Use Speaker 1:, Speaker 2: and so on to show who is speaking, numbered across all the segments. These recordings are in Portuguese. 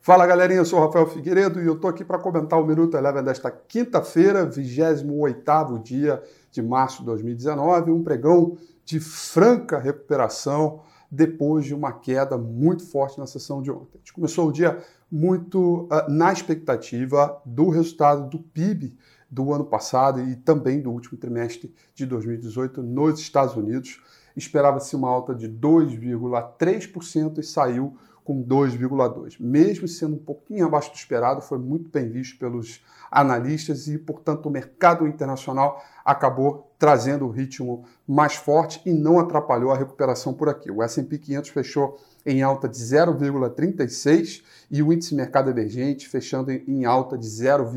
Speaker 1: Fala galerinha, eu sou o Rafael Figueiredo e eu estou aqui para comentar o Minuto Eleven desta quinta-feira, 28º dia de março de 2019, um pregão de franca recuperação depois de uma queda muito forte na sessão de ontem. A gente começou o dia muito na expectativa do resultado do PIB do ano passado e também do último trimestre de 2018 nos Estados Unidos. Esperava-se uma alta de 2,3% e saiu com 2,2%. Mesmo sendo um pouquinho abaixo do esperado, foi muito bem visto pelos analistas e, portanto, o mercado internacional acabou trazendo o ritmo mais forte e não atrapalhou a recuperação por aqui. O S&P 500 fechou em alta de 0,36% e o índice mercado emergente fechando em alta de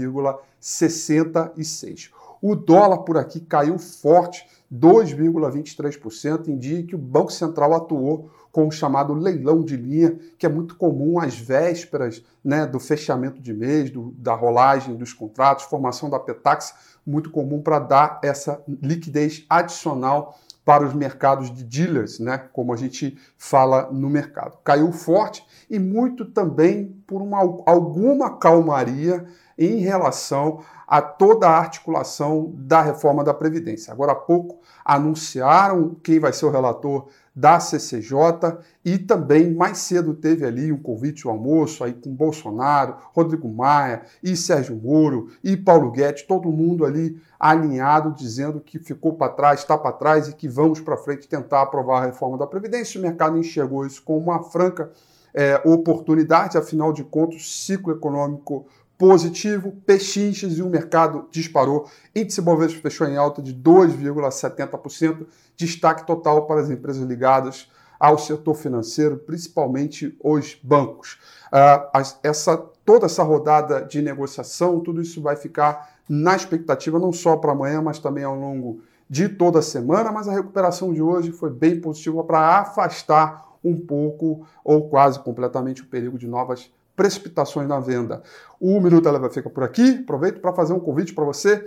Speaker 1: 0,66%. O dólar por aqui caiu forte, 2,23%, em dia que o Banco Central atuou com o chamado leilão de linha, que é muito comum às vésperas, né, do fechamento de mês, da rolagem dos contratos, formação da PETAX, muito comum para dar essa liquidez adicional para os mercados de dealers, né, como a gente fala no mercado. Caiu forte e muito também por alguma calmaria em relação a toda a articulação da reforma da Previdência. Agora há pouco anunciaram quem vai ser o relator da CCJ e também mais cedo teve ali um convite ao almoço aí com Bolsonaro, Rodrigo Maia e Sérgio Moro e Paulo Guedes, todo mundo ali alinhado dizendo que ficou para trás, está para trás e que vamos para frente tentar aprovar a reforma da Previdência. O mercado enxergou isso como uma franca oportunidade, afinal de contas, o ciclo econômico positivo, pechinchas e o mercado disparou. Índice Bovespa fechou em alta de 2,70%, destaque total para as empresas ligadas ao setor financeiro, principalmente os bancos. Toda essa rodada de negociação, tudo isso vai ficar na expectativa não só para amanhã, mas também ao longo de toda a semana, mas a recuperação de hoje foi bem positiva para afastar um pouco ou quase completamente o perigo de novas precipitações na venda. O Minuto Eleven fica por aqui. Aproveito para fazer um convite para você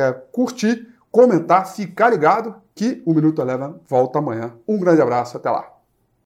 Speaker 1: curtir, comentar, ficar ligado que o Minuto Eleven volta amanhã. Um grande abraço, até lá.